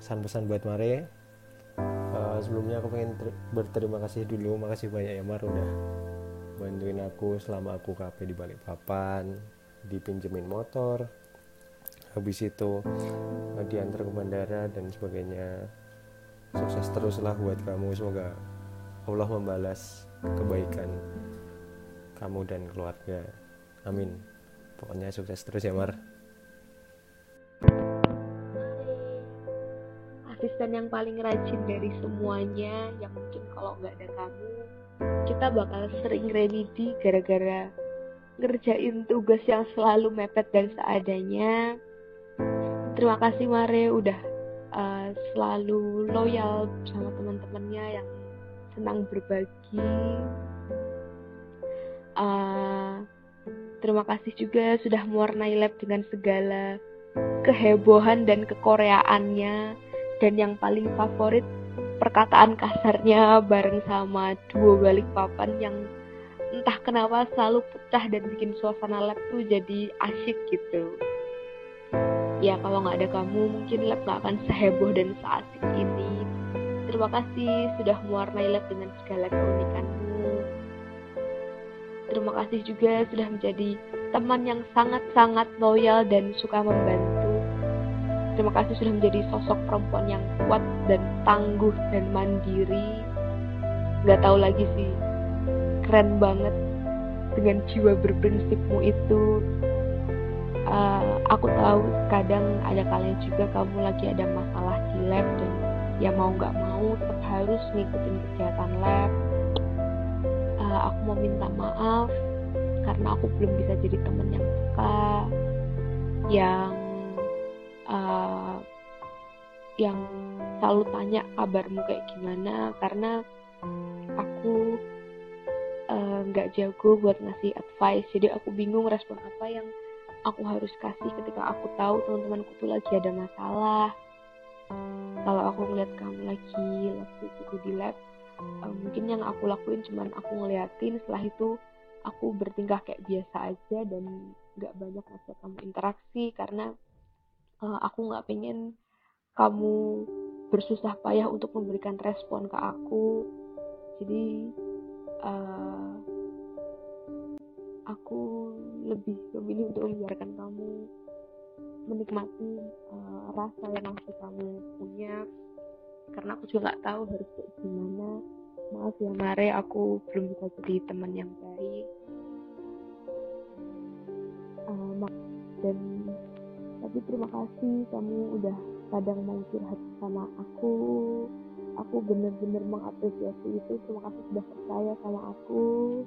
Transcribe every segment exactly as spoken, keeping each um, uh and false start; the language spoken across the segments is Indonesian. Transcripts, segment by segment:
kesan-pesan buat Mare. Uh, sebelumnya aku pengen ter- berterima kasih dulu, makasih banyak ya Mar udah bantuin aku selama aku K P di Balikpapan, dipinjemin motor, habis itu uh, diantar ke bandara dan sebagainya. Sukses teruslah buat kamu, semoga Allah membalas kebaikan kamu dan keluarga, amin. Pokoknya sukses terus ya Mar. Asisten yang paling rajin dari semuanya, yang mungkin kalau nggak ada kamu kita bakal sering remedi gara-gara ngerjain tugas yang selalu mepet dan seadanya. Terima kasih Mare udah uh, selalu loyal sama teman-temannya yang senang berbagi. Uh, terima kasih juga sudah mewarnai lab dengan segala kehebohan dan kekoreaannya, dan yang paling favorit perkataan kasarnya bareng sama duo Balikpapan yang entah kenapa selalu pecah dan bikin suasana lab tuh jadi asyik gitu. Ya kalau nggak ada kamu mungkin lab nggak akan seheboh dan seasik ini. Terima kasih sudah mewarnai lab dengan segala keunikanmu. Terima kasih juga sudah menjadi teman yang sangat-sangat loyal dan suka membantu. Terima kasih sudah menjadi sosok perempuan yang kuat dan tangguh dan mandiri. Gak tahu lagi sih, keren banget dengan jiwa berprinsipmu itu. Uh, aku tahu kadang ada kalanya juga kamu lagi ada masalah di lab dan ya mau gak mau tetap harus ngikutin kegiatan lab. Uh, aku mau minta maaf karena aku belum bisa jadi teman yang peka, yang uh, yang selalu tanya kabarmu kayak gimana, karena aku nggak uh, jago buat ngasih advice, jadi aku bingung respon apa yang aku harus kasih ketika aku tahu teman-temanku tuh lagi ada masalah. Kalau aku ngeliat kamu lagi waktu itu di lab, uh, mungkin yang aku lakuin cuman aku ngeliatin, setelah itu aku bertingkah kayak biasa aja dan nggak banyak ngajak kamu interaksi karena uh, aku nggak pengen kamu bersusah payah untuk memberikan respon ke aku. Jadi uh, aku lebih memilih untuk membiarkan kamu menikmati uh, rasa yang masih kamu punya, karena aku juga nggak tahu harus kayak gimana. Maaf ya Mare, aku belum bisa jadi teman yang baik. Uh, dan tapi terima kasih kamu udah kadang mau curhat sama aku. Aku benar-benar mengapresiasi itu. Terima kasih sudah percaya sama aku.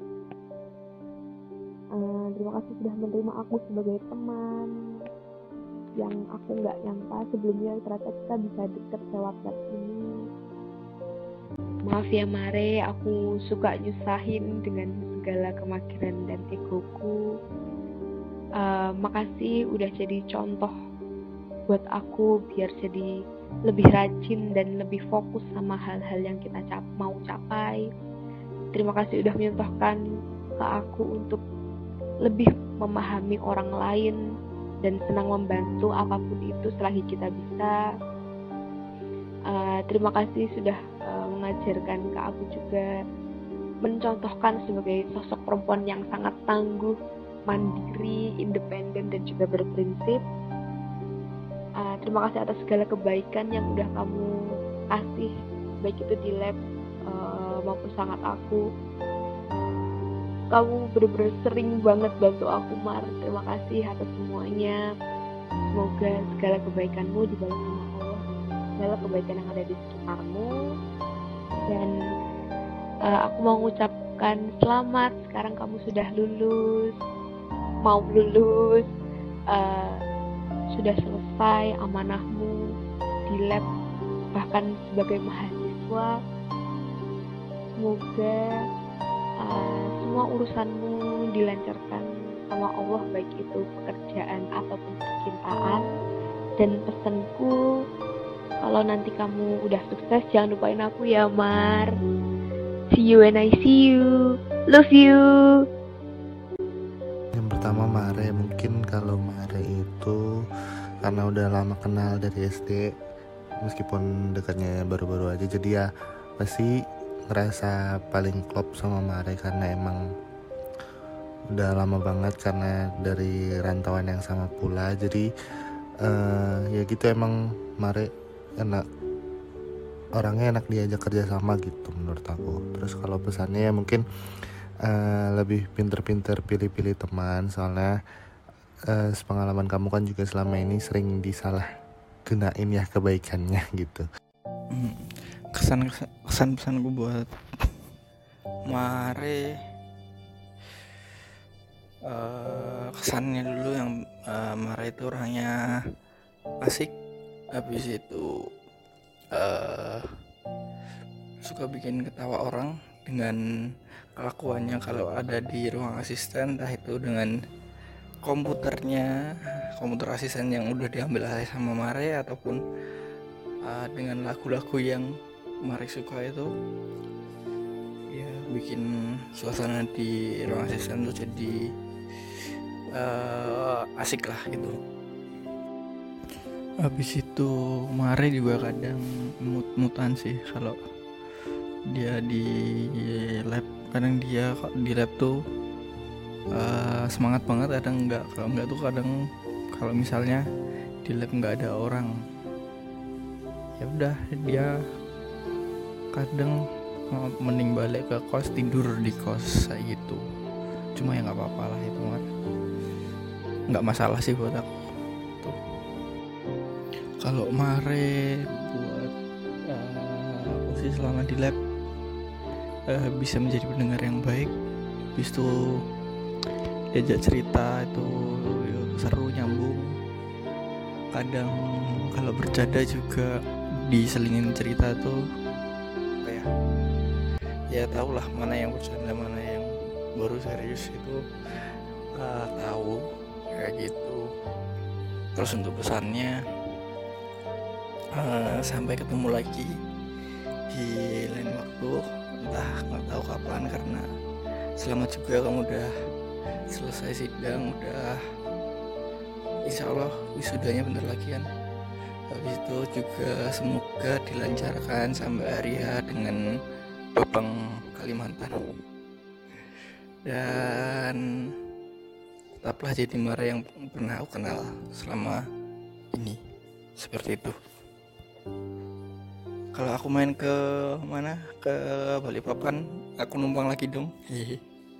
Uh, terima kasih sudah menerima aku sebagai teman yang aku nggak nyangka sebelumnya ternyata kita bisa deket lewat lab ini. Maaf ya Mare, aku suka nyusahin dengan segala kemakiran dan egoku. Uh, makasih udah jadi contoh buat aku biar jadi lebih rajin dan lebih fokus sama hal-hal yang kita cap- mau capai. Terima kasih udah menyontohkan ke aku untuk lebih memahami orang lain dan senang membantu apapun itu selagi kita bisa. Uh, terima kasih sudah uh, mengajarkan ke aku juga, mencontohkan sebagai sosok perempuan yang sangat tangguh, mandiri, independen, dan juga berprinsip. Uh, terima kasih atas segala kebaikan yang udah kamu kasih, baik itu di lab uh, maupun sangat aku. Kamu benar-benar sering banget bantu aku Mar. Terima kasih atas semuanya. Semoga segala kebaikanmu dibalas sama Allah, segala kebaikan yang ada di sekitarmu. Dan uh, aku mau mengucapkan selamat, sekarang kamu sudah lulus, mau lulus, uh, sudah selesai amanahmu di lab, bahkan sebagai mahasiswa. Semoga uh, semua urusanmu dilancarkan sama Allah, baik itu pekerjaan ataupun percintaan. Dan pesanku, kalau nanti kamu udah sukses jangan lupain aku ya Mar. See you when I see you. Love you. Yang pertama Mare, mungkin kalau Mare itu karena udah lama kenal dari S D, meskipun dekatnya baru-baru aja. Jadi ya pasti ngerasa paling klop sama Mare karena emang udah lama banget, karena dari rantauan yang sama pula. Jadi uh, ya gitu, emang Mare enak, orangnya enak diajak kerja sama gitu menurut aku. Terus kalau pesannya ya mungkin uh, lebih pinter-pinter pilih-pilih teman, soalnya uh, sepengalaman kamu kan juga selama ini sering disalah gunain ya kebaikannya gitu. hmm, kesan kesan pesanku buat Mare, uh, kesannya dulu yang uh, Mare itu orangnya asik, habis itu uh, suka bikin ketawa orang dengan kelakuannya kalau ada di ruang asisten, entah itu dengan komputernya, komputer asisten yang udah diambil alih sama Mare, ataupun uh, dengan lagu-lagu yang Mare suka itu, ya bikin suasana di ruang asisten tuh jadi uh, asik lah gitu. Habis itu Mare juga kadang mut-mutan sih kalau dia di lab. Kadang dia di lab tuh uh, semangat banget, kadang enggak. Kalau enggak tuh kadang kalau misalnya di lab enggak ada orang, ya udah dia kadang mending balik ke kos, tidur di kos kayak gitu. Cuma ya nggak apa-apa lah itu mah, nggak masalah sih buat aku tuh. Kalau Mare buat uh, aku sih selama di lab uh, bisa menjadi pendengar yang baik, habis itu diajak cerita itu seru, nyambung. Kadang kalau bercanda juga diselingin cerita tuh apa ya, ya tau lah mana yang bercanda mana yang baru serius itu, uh, tahu kayak gitu. Terus untuk pesannya, uh, sampai ketemu lagi di lain waktu, entah nggak tahu kapan, karena selamat juga kamu udah selesai sidang, udah insya Allah wisudanya bentar lagi kan. Habis itu juga semoga dilancarkan sampai hari H dengan Babang Kalimantan, dan tetaplah jadi Mare yang pernah aku kenal selama ini, seperti itu. Kalau aku main ke mana, ke Balikpapan, aku numpang lagi dong. Hehe.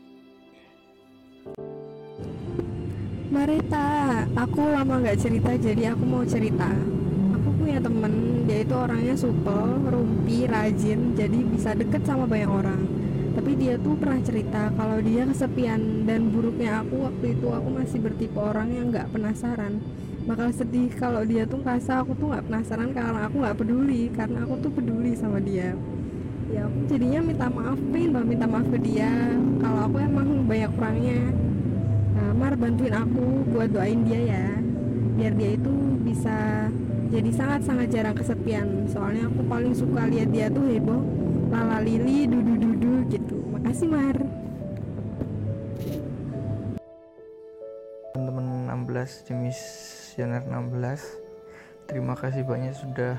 Marita, aku lama gak cerita, jadi aku mau cerita. Aku punya temen, dia itu orangnya supel, rumpi, rajin, jadi bisa deket sama banyak orang. Tapi dia tuh pernah cerita kalau dia kesepian, dan buruknya aku waktu itu aku masih bertipe orang yang gak penasaran. Bakal sedih kalau dia tuh ngerasa aku tuh gak penasaran karena aku gak peduli, karena aku tuh peduli sama dia. Ya aku jadinya minta maaf, pengen banget minta maaf ke dia kalau aku emang banyak kurangnya. Nah, Mar, bantuin aku buat doain dia ya, biar dia itu bisa jadi sangat-sangat jarang kesepian. Soalnya aku paling suka lihat dia tuh heboh, lala lili, dudu-dudu gitu. Makasih Mar. Teman-teman enam belas, Demisioner enam belas, terima kasih banyak sudah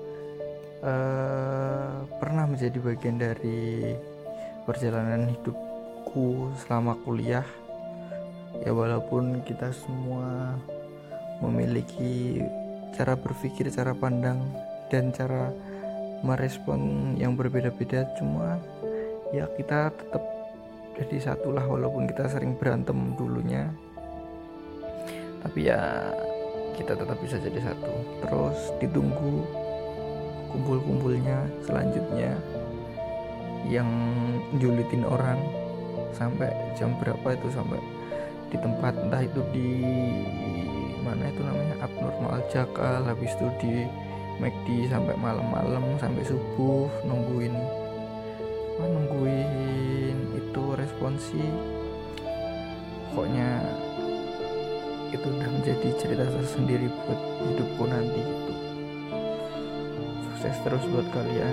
uh, pernah menjadi bagian dari perjalanan hidupku selama kuliah. Ya walaupun kita semua memiliki cara berpikir, cara pandang, dan cara merespon yang berbeda-beda, cuma ya kita tetap jadi satu lah, walaupun kita sering berantem dulunya, tapi ya kita tetap bisa jadi satu. Terus ditunggu kumpul-kumpulnya selanjutnya yang julitin orang sampai jam berapa itu, sampai di tempat, entah itu di mana itu namanya Abnormal Jakal, habis itu di McD sampai malam-malam, sampai subuh nungguin oh, nungguin itu responsi. Pokoknya itu udah menjadi cerita tersendiri buat hidupku nanti gitu. Sukses terus buat kalian.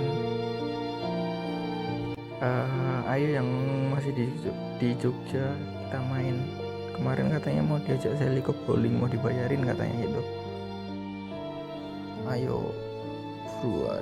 Uh, ayo yang masih di di Jogja, kita main. Kemarin katanya mau diajak Sally ke bowling, mau dibayarin katanya gitu. Ayo everyone.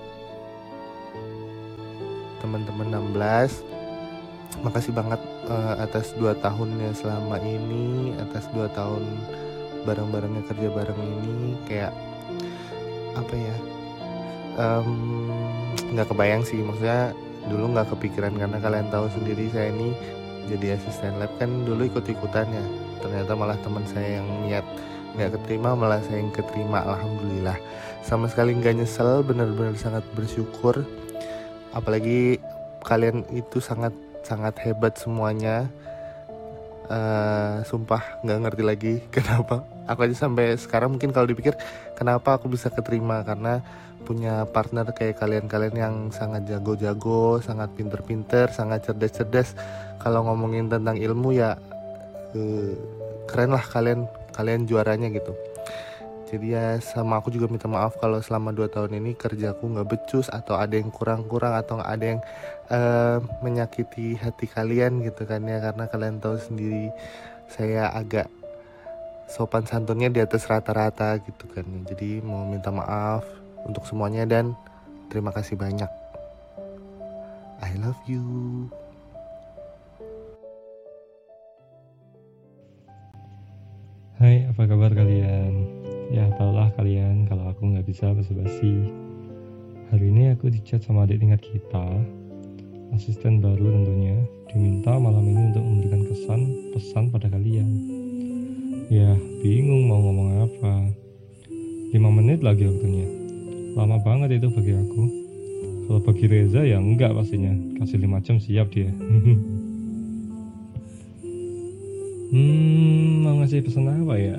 Teman-teman enam belas, makasih banget uh, atas dua tahunnya selama ini, atas dua tahun bareng-barengnya kerja bareng ini. Kayak apa ya, nggak um, kebayang sih, maksudnya dulu nggak kepikiran karena kalian tahu sendiri saya ini jadi asisten lab kan dulu ikut-ikutan ya. Ternyata malah teman saya yang niat nggak keterima, malah saya yang keterima. Alhamdulillah, sama sekali nggak nyesel, benar-benar sangat bersyukur. Apalagi kalian itu sangat sangat hebat semuanya. Uh, sumpah nggak ngerti lagi kenapa aku aja sampai sekarang mungkin kalau dipikir kenapa aku bisa keterima, karena punya partner kayak kalian-kalian yang sangat jago-jago, sangat pinter-pinter, sangat cerdas-cerdas. Kalau ngomongin tentang ilmu ya uh, keren lah kalian, kalian juaranya gitu. Jadi ya sama aku juga minta maaf kalau selama dua tahun ini kerjaku nggak becus atau ada yang kurang-kurang atau ada yang uh, menyakiti hati kalian gitu kan ya, karena kalian tahu sendiri saya agak sopan santunnya di atas rata-rata gitu kan. Jadi mau minta maaf untuk semuanya dan terima kasih banyak. I love you. Hai, apa kabar kalian? Ya tahulah kalian kalau aku nggak bisa basa-basi. Hari ini aku dicat sama adik tingkat kita, asisten baru tentunya, diminta malam ini untuk memberikan kesan pesan pada kalian. Ya bingung mau ngomong apa. lima menit lagi waktunya. Lama banget itu bagi aku. Kalau bagi Reza ya enggak pastinya. Kasih lima jam siap dia. Hmm, mau ngasih pesan apa ya?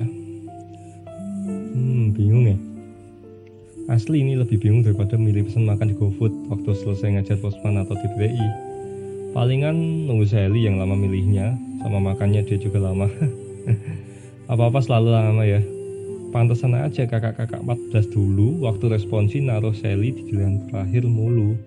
Hmm, bingung ya. Asli ini lebih bingung daripada milih pesan makan di GoFood waktu selesai ngajar pospan atau di P T I. Palingan nunggu Sally yang lama milihnya, sama makannya dia juga lama. Apa-apa selalu lama ya. Pantesan aja kakak-kakak empat belas dulu waktu responsi naruh Sally di giliran terakhir mulu.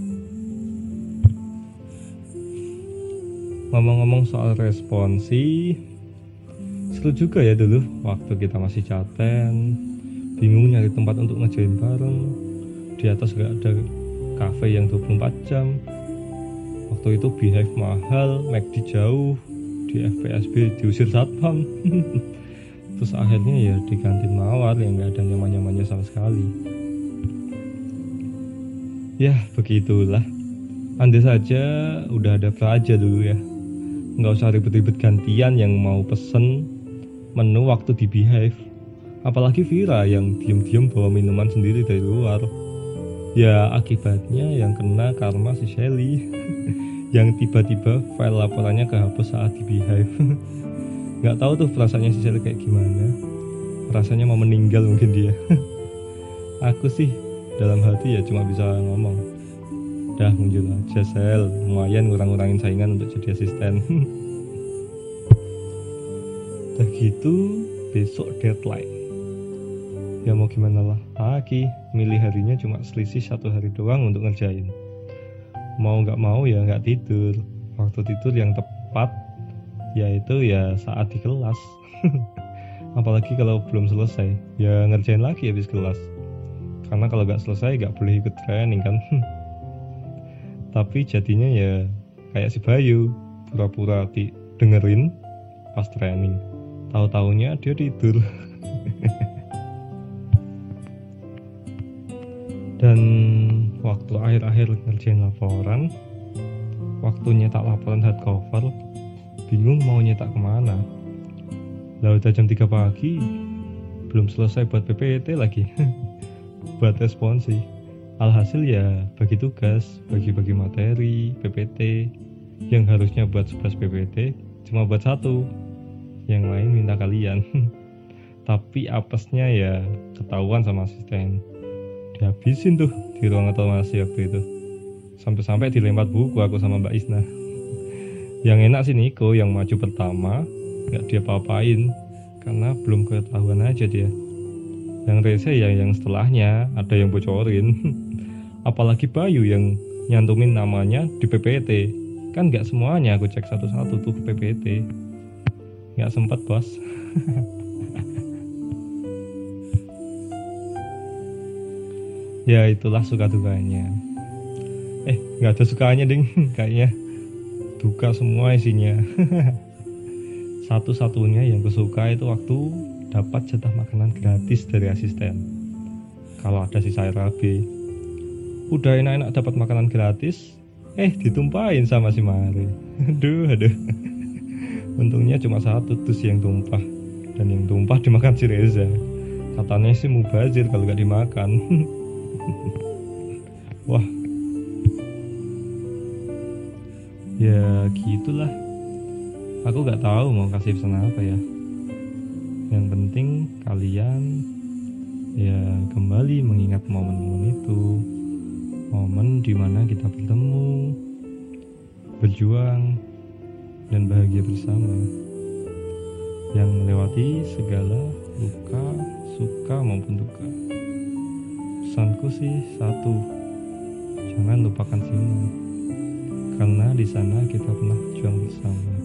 Ngomong-ngomong soal responsi, seru juga ya dulu waktu kita masih caten, bingung nyari tempat untuk ngejoin bareng. Di atas gak ada cafe yang dua puluh empat jam. Waktu itu Beehive mahal, McD jauh, di F P S B diusir satpam. Terus akhirnya ya di kantin mawar yang gak ada nyaman-nyamannya sama sekali. Ya begitulah. Andai saja udah ada Praja dulu ya, nggak usah ribet-ribet gantian yang mau pesen menu waktu di Beehive. Apalagi Vira yang diam-diam bawa minuman sendiri dari luar. Ya akibatnya yang kena karma si Shelly yang tiba-tiba file laporannya kehapus saat di Beehive. Nggak tahu tuh perasaannya si Shelly kayak gimana. Rasanya mau meninggal mungkin dia. Aku sih dalam hati ya cuma bisa ngomong, dah muncul aja Sel, lumayan ngurang-ngurangin saingan untuk jadi asisten. Udah gitu besok deadline. Ya mau gimana lah lagi, milih harinya cuma selisih satu hari doang untuk ngerjain. Mau gak mau ya gak tidur. Waktu tidur yang tepat yaitu ya saat di kelas. Apalagi kalau belum selesai, ya ngerjain lagi habis kelas. Karena kalau gak selesai gak boleh ikut training kan. Tapi jadinya ya kayak si Bayu, pura-pura di dengerin pas training, tahu-taunya dia tidur. Dan waktu akhir-akhir ngerjain laporan, waktu nyetak laporan hardcover, bingung mau nyetak kemana. Lah udah jam tiga pagi, belum selesai buat P P T lagi, buat responsi. Alhasil ya bagi tugas, bagi-bagi materi, P P T, yang harusnya buat sebelas P P T, cuma buat satu. Yang lain minta kalian. Tapi apesnya ya ketahuan sama asisten. Dihabisin tuh di ruang otomasi waktu itu. Sampai-sampai dilempar buku aku sama Mbak Isna. Yang enak sih Niko yang maju pertama, gak dia apa-apain, karena belum ketahuan aja dia. Yang rese ya yang setelahnya ada yang bocorin. Apalagi Bayu yang nyantumin namanya di P P T. Kan gak semuanya aku cek satu-satu tuh P P T. Gak sempet bos. Ya itulah suka dukanya. Eh nggak ada sukanya ding, kayaknya duka semua isinya. Satu-satunya yang kusuka itu waktu dapat jatah makanan gratis dari asisten. Kalau ada si sayur cabe, udah enak-enak dapat makanan gratis, eh ditumpahin sama si Mari. Aduh, aduh. Untungnya cuma satu tuh sih yang tumpah, dan yang tumpah dimakan si Reza. Katanya sih mubazir kalau gak dimakan. Wah, ya gitulah. Aku gak tahu mau kasih pesan apa ya. Yang penting kalian ya kembali mengingat momen-momen itu, momen dimana kita bertemu, berjuang, dan bahagia bersama, yang melewati segala luka, suka maupun duka. Pesanku sih satu, jangan lupakan Simo, karena di sana kita pernah berjuang bersama.